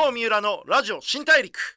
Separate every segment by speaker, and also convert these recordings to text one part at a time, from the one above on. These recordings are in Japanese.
Speaker 1: 郷三浦のラジオ新大陸。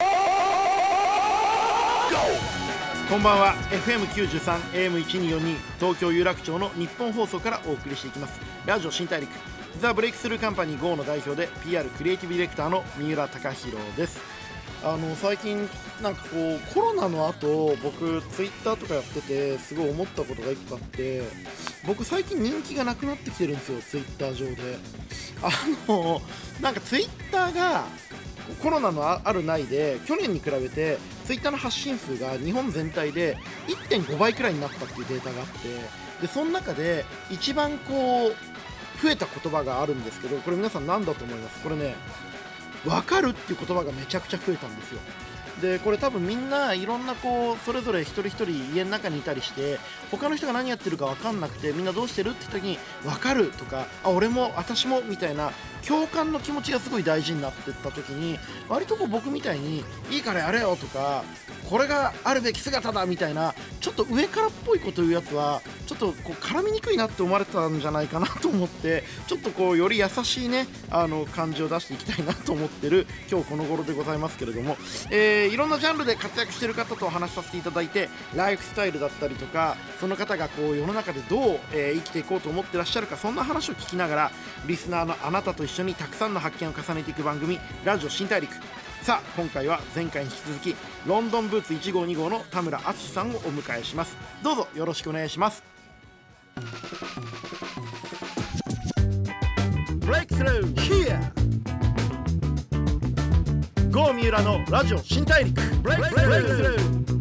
Speaker 1: こんばんは。 FM93 AM1242 東京有楽町の日本放送からお送りしていきますラジオ新大陸。ザ・ブレイクスルーカンパニー GO の代表で PR クリエイティブディレクターの三浦貴大です。最近なんかこうコロナの後、僕ツイッターとかやっててすごい思ったことが一個あって、僕最近人気がなくなってきてるんですよ、ツイッター上で。なんかツイッターがコロナのあるないで去年に比べてツイッターの発信数が日本全体で 1.5 倍くらいになったっていうデータがあって、でその中で一番こう増えた言葉があるんですけど、これ皆さん何だと思います？これね、分かるっていう言葉がめちゃくちゃ増えたんですよ。でこれ多分みんないろんなこうそれぞれ一人一人家の中にいたりして、他の人が何やってるか分かんなくて、みんなどうしてるって時に分かるとか、あ俺も私もみたいな共感の気持ちがすごい大事になってった時に、割とこう僕みたいにいいからやれよとか、これがあるべき姿だみたいなちょっと上からっぽいこと言うやつはちょっとこう絡みにくいなって思われたんじゃないかなと思って、ちょっとこうより優しいね感じを出していきたいなと思ってる今日この頃でございますけれども、いろんなジャンルで活躍している方とお話しさせていただいて、ライフスタイルだったりとか、その方がこう世の中でどう、生きていこうと思ってらっしゃるか、そんな話を聞きながらリスナーのあなたと一緒にたくさんの発見を重ねていく番組ラジオ新大陸。さあ今回は前回に引き続きロンドンブーツ1号2号の田村敦さんをお迎えします。どうぞよろしくお願いします。ブレイクスルー Here 郷三浦のラジオ新大陸。ブレイクスルー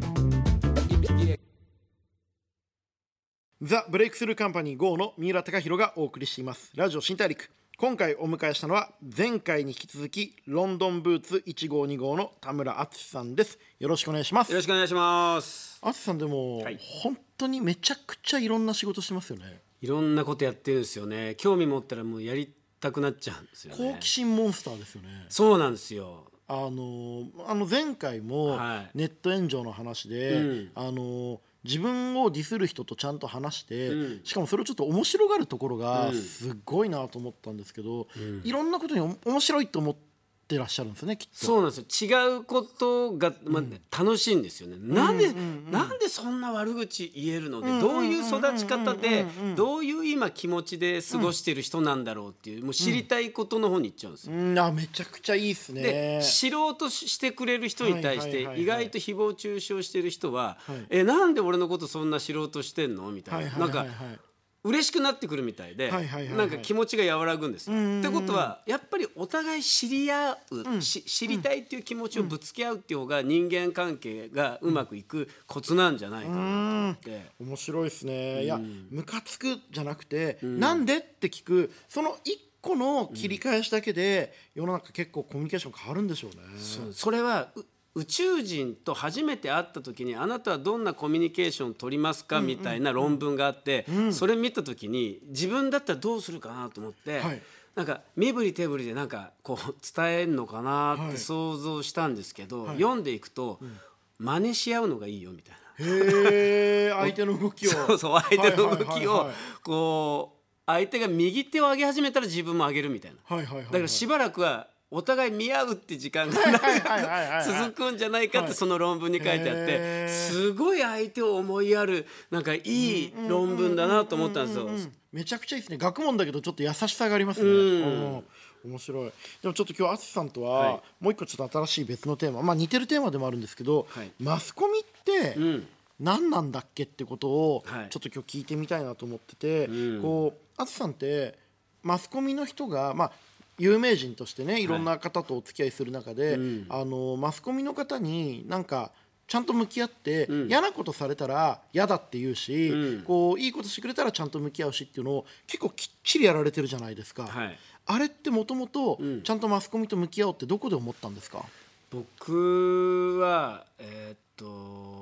Speaker 1: ザ・ブレイクスルーカンパニー GO の三浦貴大がお送りしていますラジオ新大陸。今回お迎えしたのは前回に引き続きロンドンブーツ1号2号の田村敦さんです。よろしくお願いします。
Speaker 2: よろしくお願いします。
Speaker 1: 敦さんでも、はい、本当にめちゃくちゃいろんな仕事してますよね。
Speaker 2: いろんなことやってるんですよね。興味持ったらもうやりたくなっちゃうんですよね。
Speaker 1: 好奇心モンスターですよね。
Speaker 2: そうなんですよ。
Speaker 1: 前回もネット炎上の話で、自分をディスる人とちゃんと話して、しかもそれをちょっと面白がるところがすごいなと思ったんですけど、いろんなことに面白いと思ってらっしゃるんですよね、きっと。
Speaker 2: そうなんですよ。違うことが、楽しいんですよね。なんでそんな悪口言えるので、どういう育ち方で、どういう今気持ちで過ごしてる人なんだろうっていう、もう知りたいことの方に行っちゃうんですよ。
Speaker 1: めちゃくちゃいいですね。
Speaker 2: で知ろうとしてくれる人に対して意外と誹謗中傷してる人は、なんで俺のことそんな知ろうとしてんのみたいな、なんか嬉しくなってくるみたいで、なんか気持ちが和らぐんですよ。ってことはやっぱりお互い知り合う、知りたいっていう気持ちをぶつけ合うっていう方が人間関係がうまくいくコツなんじゃないかなと思って。
Speaker 1: 面白いですね。いやムカつくじゃなくて、なんでって聞く、その一個の切り返しだけで世の中結構コミュニケーション変わるんでしょうね。
Speaker 2: それは宇宙人と初めて会った時に、あなたはどんなコミュニケーションを取りますかみたいな論文があって、それ見た時に自分だったらどうするかなと思って、なんか身振り手振りでなんかこう伝えるのかなって想像したんですけど、読んでいくと、真似し合うのがいいよみたいな。
Speaker 1: 相手の動きを
Speaker 2: 相手の動きをこう相手が右手を上げ始めたら自分も上げるみたいな。だからしばらくはお互い見合うって時間が続くんじゃないかって、その論文に書いてあって、すごい相手を思いやるなんかいい論文だなと思ったんですよ。
Speaker 1: めちゃくちゃいいですね。学問だけどちょっと優しさがありますね。面白い。でもちょっと今日敦さんとはもう一個ちょっと新しい別のテーマ、似てるテーマでもあるんですけど、マスコミって何なんだっけってことをちょっと今日聞いてみたいなと思ってて、こう敦さんってマスコミの人が有名人としてね、いろんな方とお付き合いする中で、マスコミの方になんかちゃんと向き合って、嫌なことされたら嫌だって言うし、こういいことしてくれたらちゃんと向き合うしっていうのを結構きっちりやられてるじゃないですか。あれってもともとちゃんとマスコミと向き合おうってどこで思ったんですか？
Speaker 2: 僕は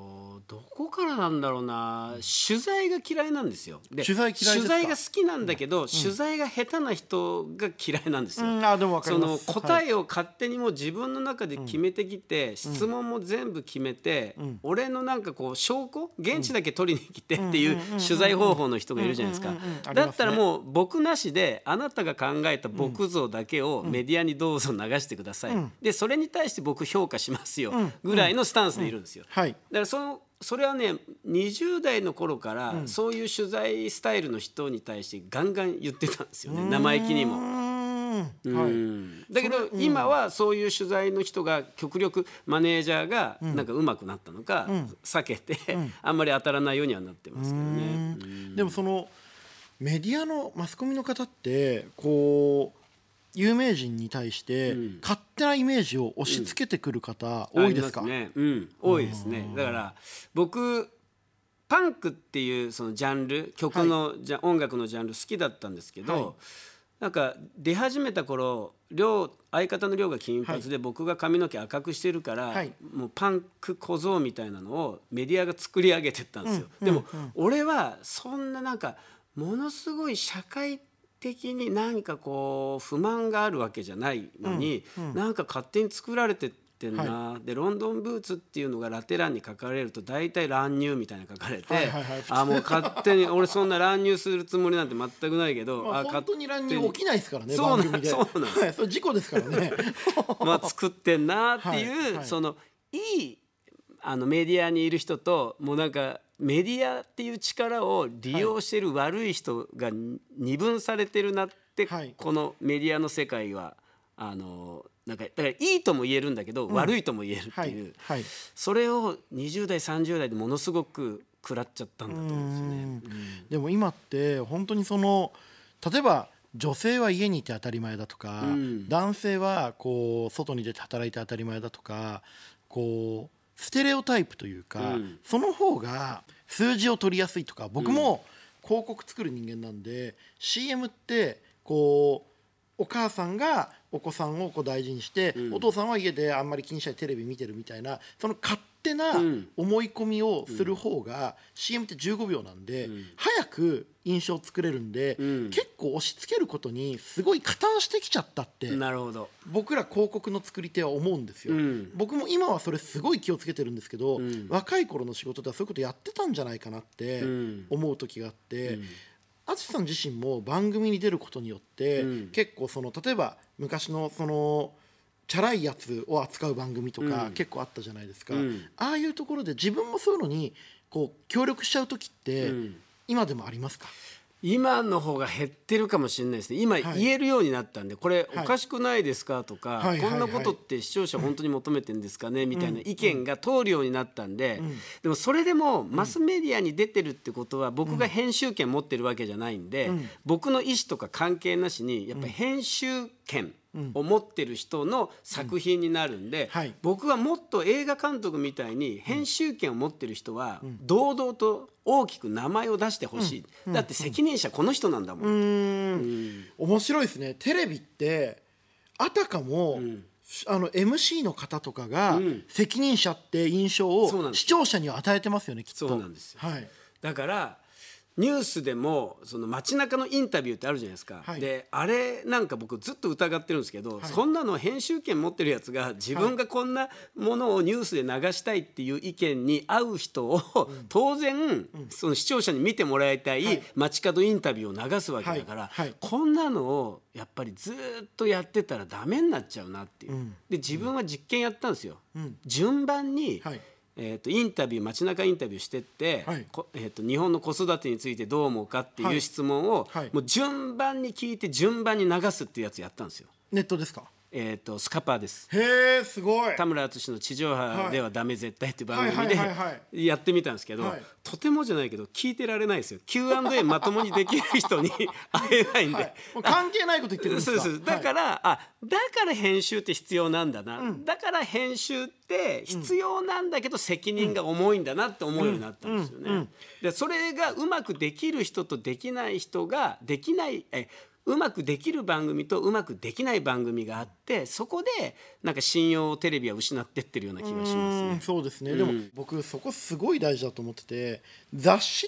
Speaker 2: どこからなんだろうな、取材が嫌いなんですよ。で
Speaker 1: 取材嫌いですか？
Speaker 2: 取材が好きなんだけど、取材が下手な人が嫌いなんですよ。
Speaker 1: でも分かります。
Speaker 2: その答えを勝手にもう自分の中で決めてきて、質問も全部決めて、俺のなんかこう証拠現地だけ取りに来てっていう取材方法の人がいるじゃないですか。だったらもう僕なしであなたが考えた僕像だけをメディアにどうぞ流してください、でそれに対して僕評価しますよぐらいのスタンスでいるんですよ。だからそれはね、20代の頃からそういう取材スタイルの人に対してガンガン言ってたんですよね、生意気にも。だけど今はそういう取材の人が極力マネージャーがなんか上手くなったのか避けてあんまり当たらないようにはなってますけどね。
Speaker 1: でもそのメディアのマスコミの方ってこう有名人に対して勝手なイメージを押し付けてくる方多いですか？
Speaker 2: 多いですね。だから僕パンクっていうそのジャンル、曲の音楽のジャンル好きだったんですけど、なんか出始めた頃相方の亮が金髪で僕が髪の毛赤くしてるから、もうパンク小僧みたいなのをメディアが作り上げてったんですよ。でも俺はそんななんかものすごい社会的に何かこう不満があるわけじゃないのに、なんか勝手に作られてってんな、でロンドンブーツっていうのがラテ欄に書かれると大体乱入みたいな書かれて、もう勝手に俺そんな乱入するつもりなんて全くないけど、
Speaker 1: 本当に乱入起きないですからね、
Speaker 2: 番
Speaker 1: 組で。そうなんです、それ事故ですからね
Speaker 2: 作ってんなっていう、そのいいメディアにいる人と、もうなんかメディアっていう力を利用してる悪い人が二分されてるなって、このメディアの世界はなんかだからいいとも言えるんだけど、悪いとも言えるっていう、それを20代30代でものすごく食らっちゃったんだと思うんですよね。
Speaker 1: でも今って本当にその例えば女性は家にいて当たり前だとか、男性はこう外に出て働いて当たり前だとか、こうステレオタイプというか、その方が数字を取りやすいとか、僕も広告作る人間なんで、CM ってこうお母さんがお子さんをこう大事にして、お父さんは家であんまり気にしないテレビ見てるみたいな、その勝手な思い込みをする方が、CM って15秒なんで、早く印象を作れるんで、結構押し付けることにすごい加担してきちゃったって、
Speaker 2: なるほど、
Speaker 1: 僕ら広告の作り手は思うんですよ。僕も今はそれすごい気をつけてるんですけど、若い頃の仕事ではそういうことやってたんじゃないかなって思う時があって、淳さん自身も番組に出ることによって、結構その例えば昔のそのチャラいやつを扱う番組とか結構あったじゃないですか、ああいうところで自分もそういうのにこう協力しちゃう時って今でもありますか？
Speaker 2: 今の方が減ってるかもしれないですね。今言えるようになったんで、これおかしくないですかとか、こんなことって視聴者本当に求めてるんですかねみたいな意見が通るようになったんで、でもそれでもマスメディアに出てるってことは僕が編集権持ってるわけじゃないんで、僕の意思とか関係なしにやっぱり編集権を持ってる人の作品になるんで、僕はもっと映画監督みたいに編集権を持ってる人は堂々と大きく名前を出してほしい、だって責任者この人なんだもん。
Speaker 1: 面白いですね。テレビってあたかも、MC の方とかが責任者って印象を視聴者には与えてますよね、きっと。
Speaker 2: そうなんですよ、だからニュースでもその街中のインタビューってあるじゃないですか、であれなんか僕ずっと疑ってるんですけど、そんなの編集権持ってるやつが自分がこんなものをニュースで流したいっていう意見に合う人を、当然その視聴者に見てもらいたい街角インタビューを流すわけだから、こんなのをやっぱりずっとやってたらダメになっちゃうなっていう、で自分は実験やったんですよ、順番に、インタビュー街中インタビューしてって、日本の子育てについてどう思うかっていう質問を、もう順番に聞いて順番に流すっていうやつやったんですよ。
Speaker 1: ネットですか？
Speaker 2: スカパーです。
Speaker 1: へー、すごい。
Speaker 2: 田村淳の地上波ではダメ絶対っていう番組でやってみたんですけど、とてもじゃないけど聞いてられないですよ。 Q&A まともにできる人に会えないんで、
Speaker 1: 関係ないこと言ってるんですか？
Speaker 2: そうだから、だから編集って必要なんだな、だから編集って必要なんだけど責任が重いんだなって思うようになったんですよね。でそれがうまくできる人とできない人がうまくできる番組とうまくできない番組があって、そこでなんか信用をテレビは失ってってるような気がしますね。
Speaker 1: そうですね、でも僕そこすごい大事だと思ってて、雑誌って、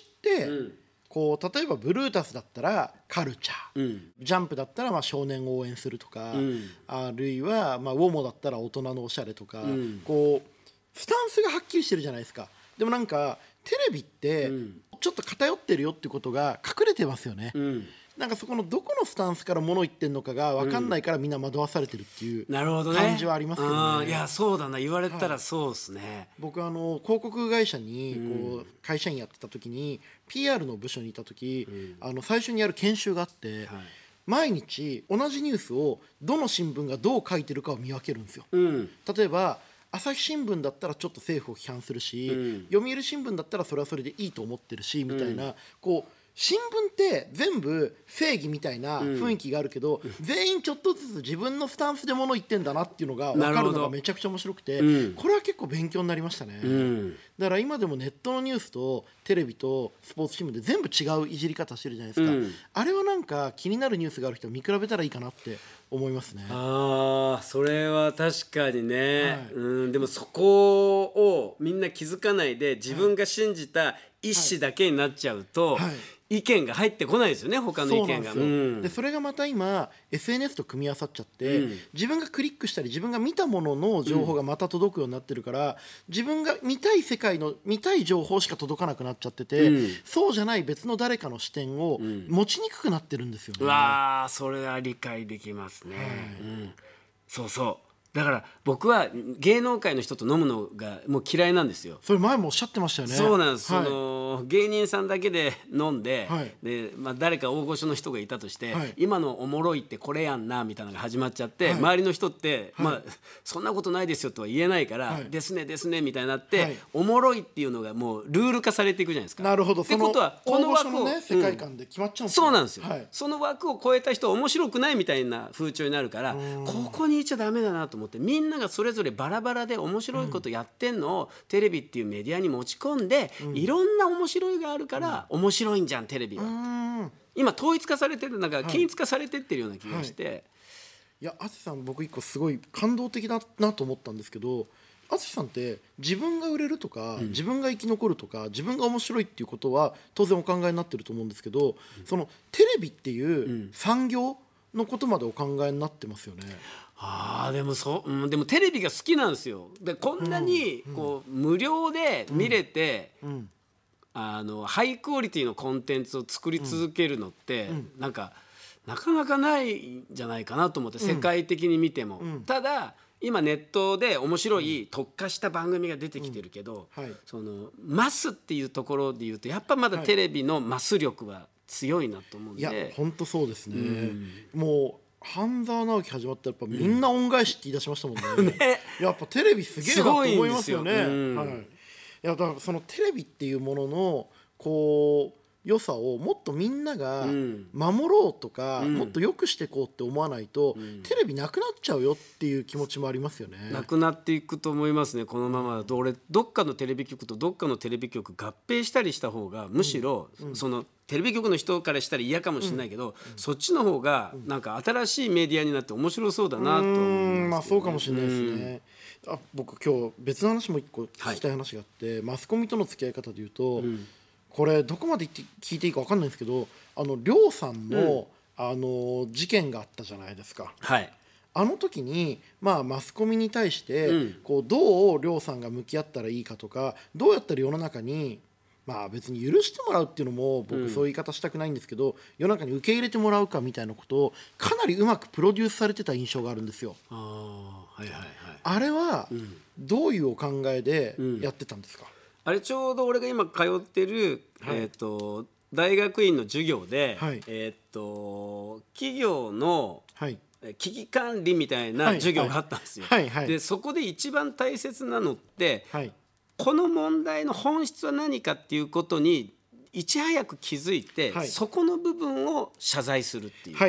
Speaker 1: こう例えばブルータスだったらカルチャー、ジャンプだったらまあ少年を応援するとか、あるいはまあウォモだったら大人のおしゃれとか、こうスタンスがはっきりしてるじゃないですか。でもなんかテレビってちょっと偏ってるよってことが隠れてますよね。なんかそこのどこのスタンスから物言ってんのかが分かんないからみんな惑わされてるっていう感じはありますけどね。
Speaker 2: いやそうだな、言われたらそうですね。
Speaker 1: 僕広告会社にこう会社員やってた時に PR の部署にいた時、最初にやる研修があって、毎日同じニュースをどの新聞がどう書いてるかを見分けるんですよ。例えば朝日新聞だったらちょっと政府を批判するし、読売新聞だったらそれはそれでいいと思ってるしみたいな、こう新聞って全部正義みたいな雰囲気があるけど、全員ちょっとずつ自分のスタンスで物言ってんだなっていうのが分かるのがめちゃくちゃ面白くて、これは結構勉強になりましたね。だから今でもネットのニュースとテレビとスポーツ新聞で全部違ういじり方してるじゃないですか。あれはなんか気になるニュースがある人見比べたらいいかなって思いますね。
Speaker 2: それは確かにね、でもそこをみんな気づかないで自分が信じた一紙だけになっちゃうと、意見が入ってこないですよね、他の意見が。
Speaker 1: でそれがまた今 SNS と組み合わさっちゃって、自分がクリックしたり自分が見たものの情報がまた届くようになってるから、自分が見たい世界の見たい情報しか届かなくなっちゃってて、そうじゃない別の誰かの視点を持ちにくくなってるんですよね。
Speaker 2: それは理解できますね。そうそう、だから僕は芸能界の人と飲むのがもう嫌いなんですよ。
Speaker 1: それ前もおっしゃってましたよね。
Speaker 2: そうなんです、芸人さんだけで飲んで、誰か大御所の人がいたとして、今のおもろいってこれやんなみたいなのが始まっちゃって、周りの人って、そんなことないですよとは言えないから、ですねですねみたいになって、おもろいっていうのがもうルール化されていくじゃないですか。
Speaker 1: なるほど。
Speaker 2: ってことはこの枠を、
Speaker 1: 世界観で決まっちゃうんですね。
Speaker 2: そうなんですよ、その枠を超えた人は面白くないみたいな風潮になるから、ここにいちゃダメだなと思って、みんながそれぞれバラバラで面白いことやってんのをテレビっていうメディアに持ち込んで、いろんな面白いがあるから面白いんじゃんテレビは。今統一化されてる、なんか均一化されてってるような気がして、
Speaker 1: いや淳さん、僕一個すごい感動的だなと思ったんですけど、淳さんって自分が売れるとか、自分が生き残るとか、自分が面白いっていうことは当然お考えになってると思うんですけど、そのテレビっていう産業のことまでお考えになってますよね。
Speaker 2: でもテレビが好きなんですよ。でこんなにこう無料で見れて、ハイクオリティのコンテンツを作り続けるのって、なかなかないんじゃないかなと思って、世界的に見ても。ただ今ネットで面白い特化した番組が出てきてるけど、そのマスっていうところでいうとやっぱまだテレビのマス力は強いなと思うんで。
Speaker 1: いや本当そうですね。もう半沢直樹始まったらやっぱみんな恩返しって言い出しましたもんね。やっぱテレビすげえなと思いますよね。いやだからそのテレビっていうもののこう良さをもっとみんなが守ろうとか、もっと良くしていこうって思わないと、テレビなくなっちゃうよっていう気持ちもありますよね。
Speaker 2: なくなっていくと思いますね、このままだと。俺どっかのテレビ局とどっかのテレビ局合併したりした方がむしろ、そのテレビ局の人からしたら嫌かもしれないけど、そっちの方がなんか新しいメディアになって面白そうだなと思いますけどね。
Speaker 1: そうかもしれないですね。僕今日別の話も一個聞きたい話があって、マスコミとの付き合い方でいうと、これどこまで聞いていいか分かんないんですけど、亮さんの、事件があったじゃないですか。あの時に、マスコミに対して、こうどう亮さんが向き合ったらいいかとか、どうやったら世の中に別に許してもらうっていうのも僕そういう言い方したくないんですけど、世の中に受け入れてもらうかみたいなことをかなりうまくプロデュースされてた印象があるんですよ。あれはどういうお考えでやってたんですか？
Speaker 2: あれちょうど俺が今通ってる、大学院の授業で、企業の危機管理みたいな授業があったんですよ。でそこで一番大切なのって、この問題の本質は何かっていうことにいち早く気づいて、そこの部分を謝罪するっていう。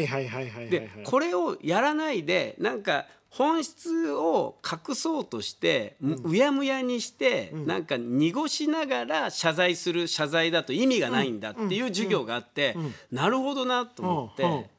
Speaker 2: でこれをやらないでなんか本質を隠そうとしてうやむやにしてなんか濁しながら謝罪する謝罪だと意味がないんだっていう授業があって、なるほどなと思って、で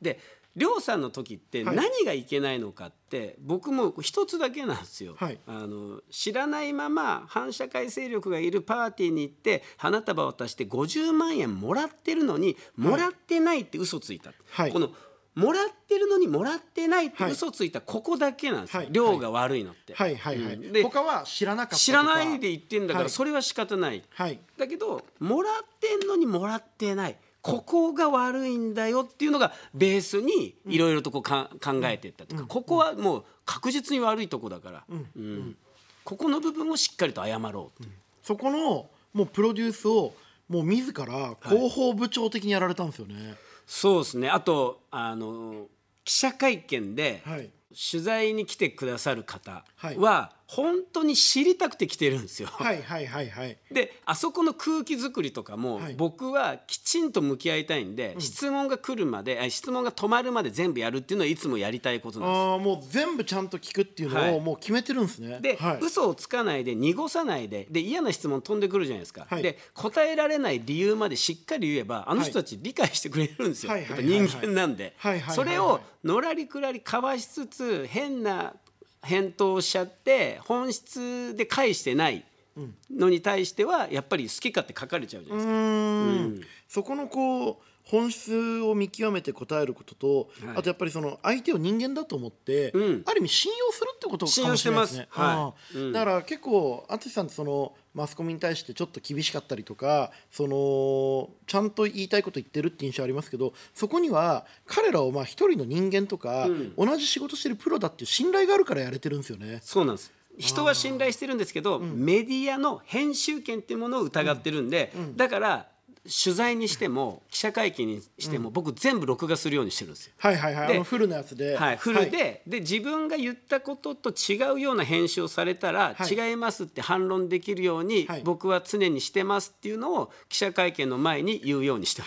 Speaker 2: 亮さんの時って何がいけないのかって、僕も一つだけなんですよ、
Speaker 1: はい、
Speaker 2: 知らないまま反社会勢力がいるパーティーに行って花束を渡して50万円もらってるのにもらってないって嘘ついた、
Speaker 1: はい、
Speaker 2: このもらってるのにもらってないって嘘ついたここだけなんですよ、亮が悪いのって。
Speaker 1: で他は知らなかったとか
Speaker 2: 知らないで言ってんだからそれは仕方ない、だけどもらってんのにもらってないここが悪いんだよっていうのがベースにいろいろとこう考えていったとか、ここはもう確実に悪いとこだから、ここの部分をしっかりと謝ろうって、
Speaker 1: そこのもうプロデュースをもう自ら広報部長的にやられたんですよね。
Speaker 2: そうですね。あと記者会見で取材に来てくださる方は本当に知りたくて来てるんですよ。であそこの空気作りとかも僕はきちんと向き合いたいんで、質問が来るまで質問が止まるまで全部やるっていうのはいつもやりたいことなんです。
Speaker 1: もう全部ちゃんと聞くっていうのをもう決めてるんですね。
Speaker 2: で、嘘をつかないで濁さないで嫌な質問飛んでくるじゃないですか。で答えられない理由までしっかり言えばあの人たち理解してくれるんですよ。やっぱ人間なんで、それをのらりくらりかわしつつ変な返答をしちゃって本質で返してないのに対してはやっぱり好き勝手書かれちゃうじゃないですか。
Speaker 1: そこのこう本質を見極めて答えることと、あとやっぱりその相手を人間だと思って、ある意味信用するってことかもしれないですね。だから結構淳さんってそのマスコミに対してちょっと厳しかったりとか、そのちゃんと言いたいこと言ってるって印象ありますけど、そこには彼らを一人の人間とか、同じ仕事してるプロだっていう信頼があるからやれてるんですよね。
Speaker 2: そうなんです。人は信頼してるんですけど、メディアの編集権っていうものを疑ってるんで、だから取材にしても記者会見にしても僕全部録画するようにしてるんですよ。
Speaker 1: でフルのやつで、
Speaker 2: フルで自分が言ったことと違うような編集をされたら、違いますって反論できるように僕は常にしてますっていうのを記者会見の前に言うようにしてます。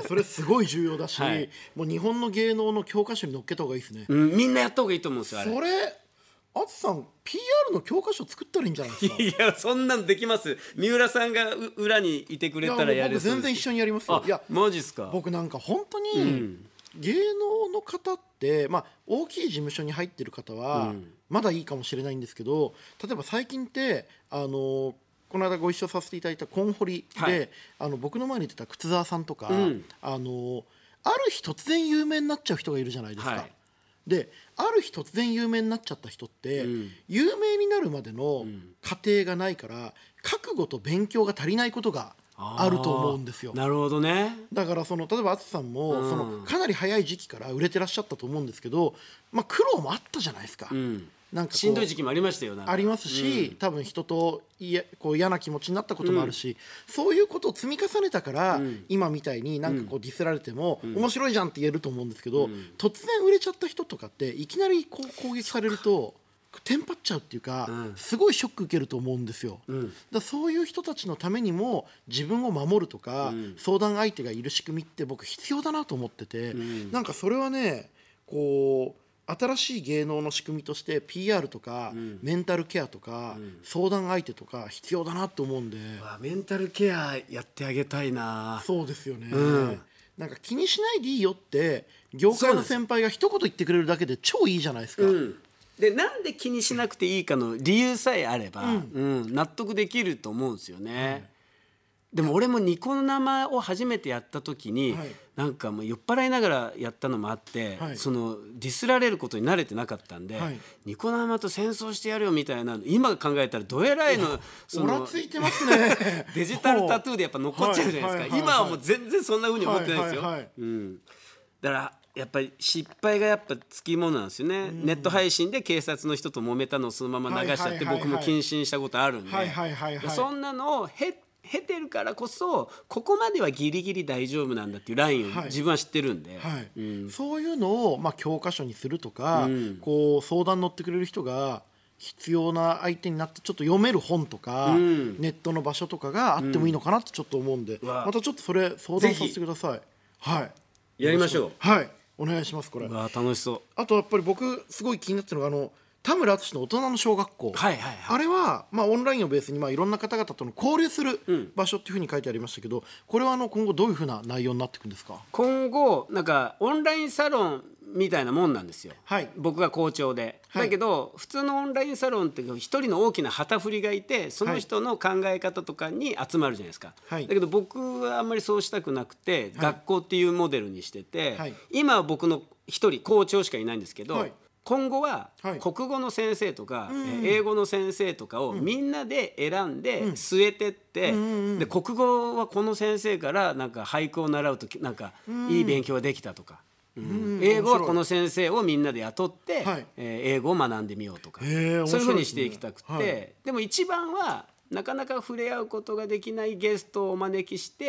Speaker 1: それすごい重要だし、もう日本の芸能の教科書に載っけた方がいいですね。
Speaker 2: みんなやった方がいいと思うんですよ。
Speaker 1: それ淳さん PR の教科書作ったらいいんじゃないですか。
Speaker 2: いやそんなんできます。三浦さんが裏にいてくれたらやれそうです。
Speaker 1: 僕全然一緒にやりますよ。いや
Speaker 2: マジっすか。
Speaker 1: 僕なんか本当に芸能の方って、大きい事務所に入ってる方はまだいいかもしれないんですけど、例えば最近ってこの間ご一緒させていただいたコンホリで、僕の前に出た靴澤さんとか、ある日突然有名になっちゃう人がいるじゃないですか。である日突然有名になっちゃった人って、有名になるまでの過程がないから、覚悟と勉強が足りないことがあると思うんですよ。
Speaker 2: なるほどね。
Speaker 1: だから例えば淳さんも、かなり早い時期から売れてらっしゃったと思うんですけど、苦労もあったじゃないですか。
Speaker 2: なんかしんどい時期もありましたよ。
Speaker 1: ありますし、多分人とこう嫌な気持ちになったこともあるし、そういうことを積み重ねたから、今みたいになんかこうディスられても、面白いじゃんって言えると思うんですけど、突然売れちゃった人とかっていきなりこう攻撃されるとテンパっちゃうっていうか、すごいショック受けると思うんですよ。だそういう人たちのためにも自分を守るとか、相談相手がいる仕組みって僕必要だなと思ってて、なんかそれはねこう新しい芸能の仕組みとして PR とか、メンタルケアとか、相談相手とか必要だなと思うんで、
Speaker 2: メンタルケアやってあげたいな。
Speaker 1: そうですよね、なんか気にしないでいいよって業界の先輩が一言言ってくれるだけで超いいじゃないですか。
Speaker 2: でなんで気にしなくていいかの理由さえあれば、納得できると思うんですよね。でも俺もニコ生を初めてやった時に、なんかもう酔っ払いながらやったのもあって、そのディスられることに慣れてなかったんで、ニコ生と戦争してやるよみたいなの今考えたらどえらいの
Speaker 1: オラついてますね
Speaker 2: デジタルタトゥーでやっぱ残っちゃうじゃないですか。今はもう全然そんな風に思ってないですよ。だからやっぱり失敗がやっぱつきものなんですよね。ネット配信で警察の人と揉めたのをそのまま流しちゃって僕も謹慎したことあるんで、そんなのを経てるからこそここまではギリギリ大丈夫なんだっていうラインを自分は知ってるんで、
Speaker 1: そういうのを教科書にするとか、こう相談乗ってくれる人が必要な相手になってちょっと読める本とか、ネットの場所とかがあってもいいのかなってちょっと思うんで、またちょっとそれ相談させてください。
Speaker 2: やりましょう。
Speaker 1: お願いします。これ
Speaker 2: 楽しそう。
Speaker 1: あとやっぱり僕すごい気になってるのが田村淳の大人の小学校、あれはオンラインをベースにいろんな方々との交流する場所っていうふうに書いてありましたけど、これは今後どういうふうな内容になっていくんですか。
Speaker 2: 今後なんかオンラインサロンみたいなもんなんですよ、
Speaker 1: はい、
Speaker 2: 僕が校長で、だけど普通のオンラインサロンって一人の大きな旗振りがいてその人の考え方とかに集まるじゃないですか、だけど僕はあんまりそうしたくなくて、学校っていうモデルにしてて、今は僕の一人校長しかいないんですけど、今後は国語の先生とか、英語の先生とかをみんなで選んで据えてって、で国語はこの先生からなんか俳句を習うとなんかいい勉強ができたとか、英語はこの先生をみんなで雇って、英語を学んでみようとか、そういうふうにしていきたくて、でも一番はなかなか触れ合うことができないゲストをお招きして、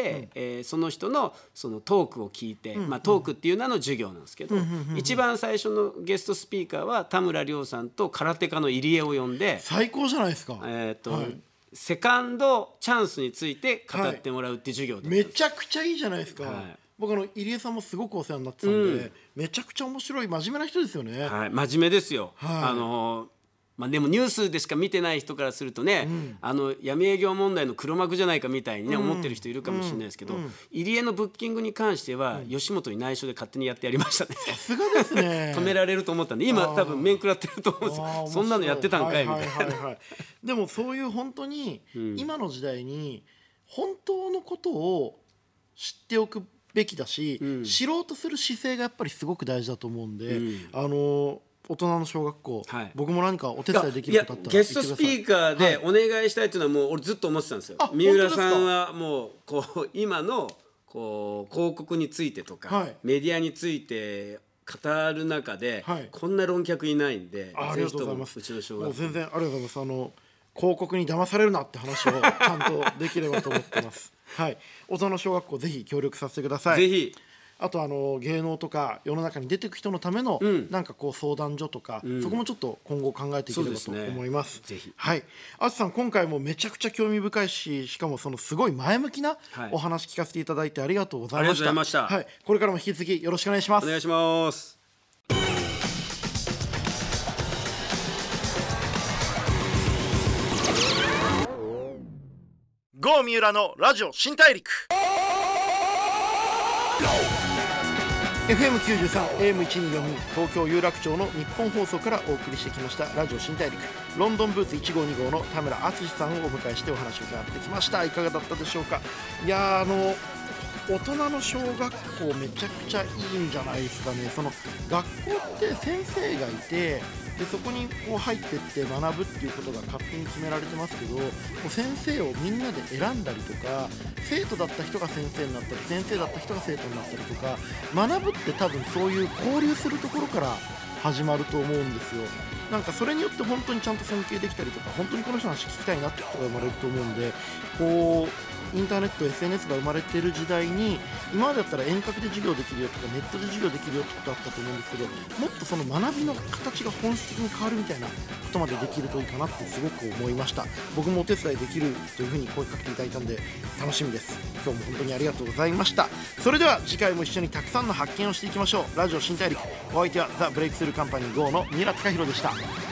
Speaker 2: その人のそのトークを聞いて、トークっていう名の授業なんですけど、一番最初のゲストスピーカーは田村亮さんと空手家の入江を呼んで、
Speaker 1: 最高じゃないですか、
Speaker 2: セカンドチャンスについて語ってもらうっていう授業で、
Speaker 1: めちゃくちゃいいじゃないですか、僕入江さんもすごくお世話になってたんで、めちゃくちゃ面白い真面目な人ですよね。
Speaker 2: 真面目ですよ、でもニュースでしか見てない人からするとね、闇営業問題の黒幕じゃないかみたいにね、思ってる人いるかもしれないですけど、入江のブッキングに関しては、吉本に内緒で勝手にやってやりましたね。
Speaker 1: さすがですね。
Speaker 2: 止められると思ったんで、今多分面食らってると思うんですよ。そんなのやってたんかいみたいな。
Speaker 1: でもそういう本当に、今の時代に本当のことを知っておくべきだし、知ろうとする姿勢がやっぱりすごく大事だと思うんで、大人の小学校、僕も何かお手伝いできることあったら
Speaker 2: ゲストスピーカーでお願いしたいっていうのはもう俺ずっと思ってたんですよ。三浦さんはもうこう今のこう広告についてとか、メディアについて語る中で、こんな論客いないんで、
Speaker 1: ありがとうございます。
Speaker 2: うちの小学校
Speaker 1: もう全然ありがとうございます。広告に騙されるなって話をちゃんとできればと思ってます。はい、大人の小学校ぜひ協力させてください。
Speaker 2: ぜひ。
Speaker 1: あと芸能とか世の中に出てく人のためのなんかこう相談所とか、そこもちょっと今後考えていければと思います。
Speaker 2: ぜひ。
Speaker 1: はい。あつさん今回もめちゃくちゃ興味深いし、しかもそのすごい前向きなお話聞かせていただいてありがとうございました。
Speaker 2: ありがとうございました。
Speaker 1: はい。これからも引き続きよろしくお願いします。
Speaker 2: お願いします。
Speaker 1: 郷三浦のラジオ新大陸。FM93 AM124 東京有楽町の日本放送からお送りしてきましたラジオ新大陸、ロンドンブーツ1号2号の田村敦さんをお迎えしてお話を伺ってきました。いかがだったでしょうか。いや大人の小学校めちゃくちゃいいんじゃないですかね。その学校って先生がいて、でそこにこう入ってって学ぶっていうことが勝手に決められてますけど、先生をみんなで選んだりとか、生徒だった人が先生になったり、先生だった人が生徒になったりとか、学ぶって多分そういう交流するところから始まると思うんですよ。なんかそれによって本当にちゃんと尊敬できたりとか、本当にこの人の話聞きたいなってことが生まれると思うんで、こうインターネット SNS が生まれている時代に、今までだったら遠隔で授業できるよとかネットで授業できるよってことあったと思うんですけど、もっとその学びの形が本質的に変わるみたいなことまでできるといいかなってすごく思いました。僕もお手伝いできるというふうに声かけていただいたんで楽しみです。今日も本当にありがとうございました。それでは次回も一緒にたくさんの発見をしていきましょう。ラジオ新大陸、お相手はザ・ブレイクスルーカンパニー GO の三浦貴大でした。